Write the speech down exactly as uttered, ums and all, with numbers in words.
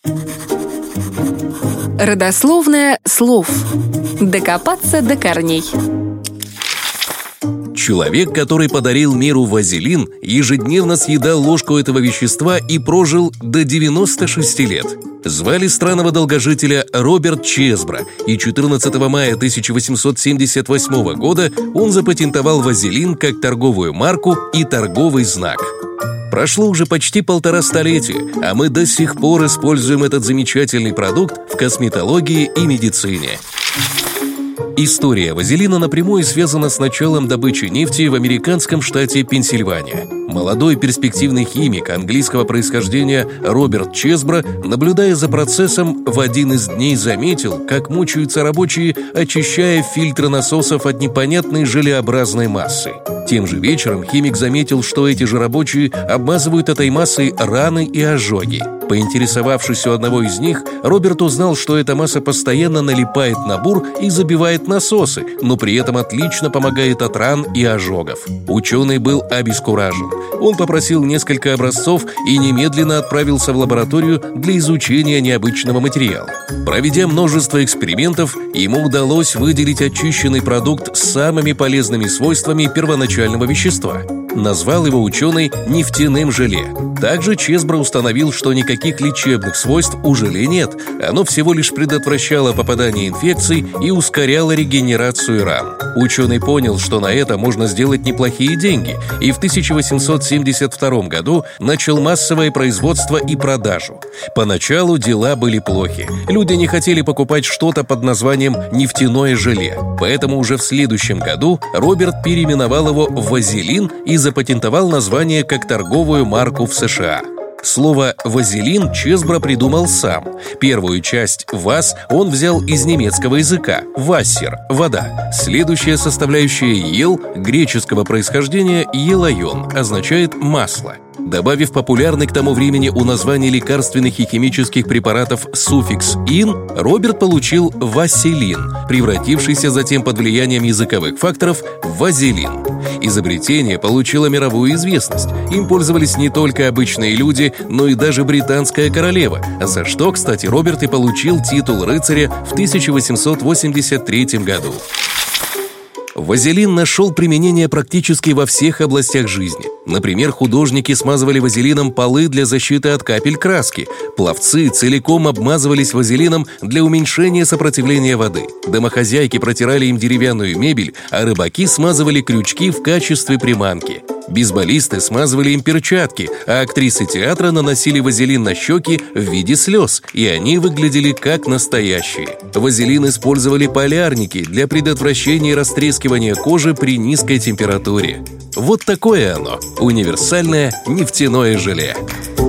Родословное слов. Докопаться до корней. Человек, который подарил миру вазелин, ежедневно съедал ложку этого вещества и прожил до девяноста шести лет. Звали странного долгожителя Роберт Чесбро, и четырнадцатого мая тысяча восемьсот семьдесят восьмого года он запатентовал вазелин как торговую марку и торговый знак. Прошло уже почти полтора столетия, а мы до сих пор используем этот замечательный продукт в косметологии и медицине. История вазелина напрямую связана с началом добычи нефти в американском штате Пенсильвания. Молодой перспективный химик английского происхождения Роберт Чесбро, наблюдая за процессом, в один из дней заметил, как мучаются рабочие, очищая фильтры насосов от непонятной желеобразной массы. Тем же вечером химик заметил, что эти же рабочие обмазывают этой массой раны и ожоги. Поинтересовавшись у одного из них, Роберт узнал, что эта масса постоянно налипает на бур и забивает насосы, но при этом отлично помогает от ран и ожогов. Ученый был обескуражен. Он попросил несколько образцов и немедленно отправился в лабораторию для изучения необычного материала. Проведя множество экспериментов, ему удалось выделить очищенный продукт с самыми полезными свойствами первоначального вещества. Назвал его ученый нефтяным желе. Также Чесбро установил, что никаких лечебных свойств у желе нет, оно всего лишь предотвращало попадание инфекций и ускоряло регенерацию ран. Ученый понял, что на это можно сделать неплохие деньги, и в тысяча восемьсот семьдесят втором году начал массовое производство и продажу. Поначалу дела были плохи. Люди не хотели покупать что-то под названием нефтяное желе, поэтому уже в следующем году Роберт переименовал его в вазелин и запатентовал название как торговую марку в США. Слово «вазелин» Чесбро придумал сам. Первую часть «ваз» он взял из немецкого языка «вассер» – «вода». Следующая составляющая «ел» греческого происхождения «елайон» означает «масло». Добавив популярный к тому времени у названий лекарственных и химических препаратов суффикс «ин», Роберт получил «васелин», превратившийся затем под влиянием языковых факторов в «вазелин». Изобретение получило мировую известность. Им пользовались не только обычные люди, но и даже британская королева, за что, кстати, Роберт и получил титул рыцаря в тысяча восемьсот восемьдесят третьем году. Вазелин нашел применение практически во всех областях жизни. Например, художники смазывали вазелином полы для защиты от капель краски. Пловцы целиком обмазывались вазелином для уменьшения сопротивления воды. Домохозяйки протирали им деревянную мебель, а рыбаки смазывали крючки в качестве приманки. Бейсболисты смазывали им перчатки, а актрисы театра наносили вазелин на щеки в виде слез, и они выглядели как настоящие. Вазелин использовали полярники для предотвращения растрескивания кожи при низкой температуре. Вот такое оно – универсальное нефтяное желе.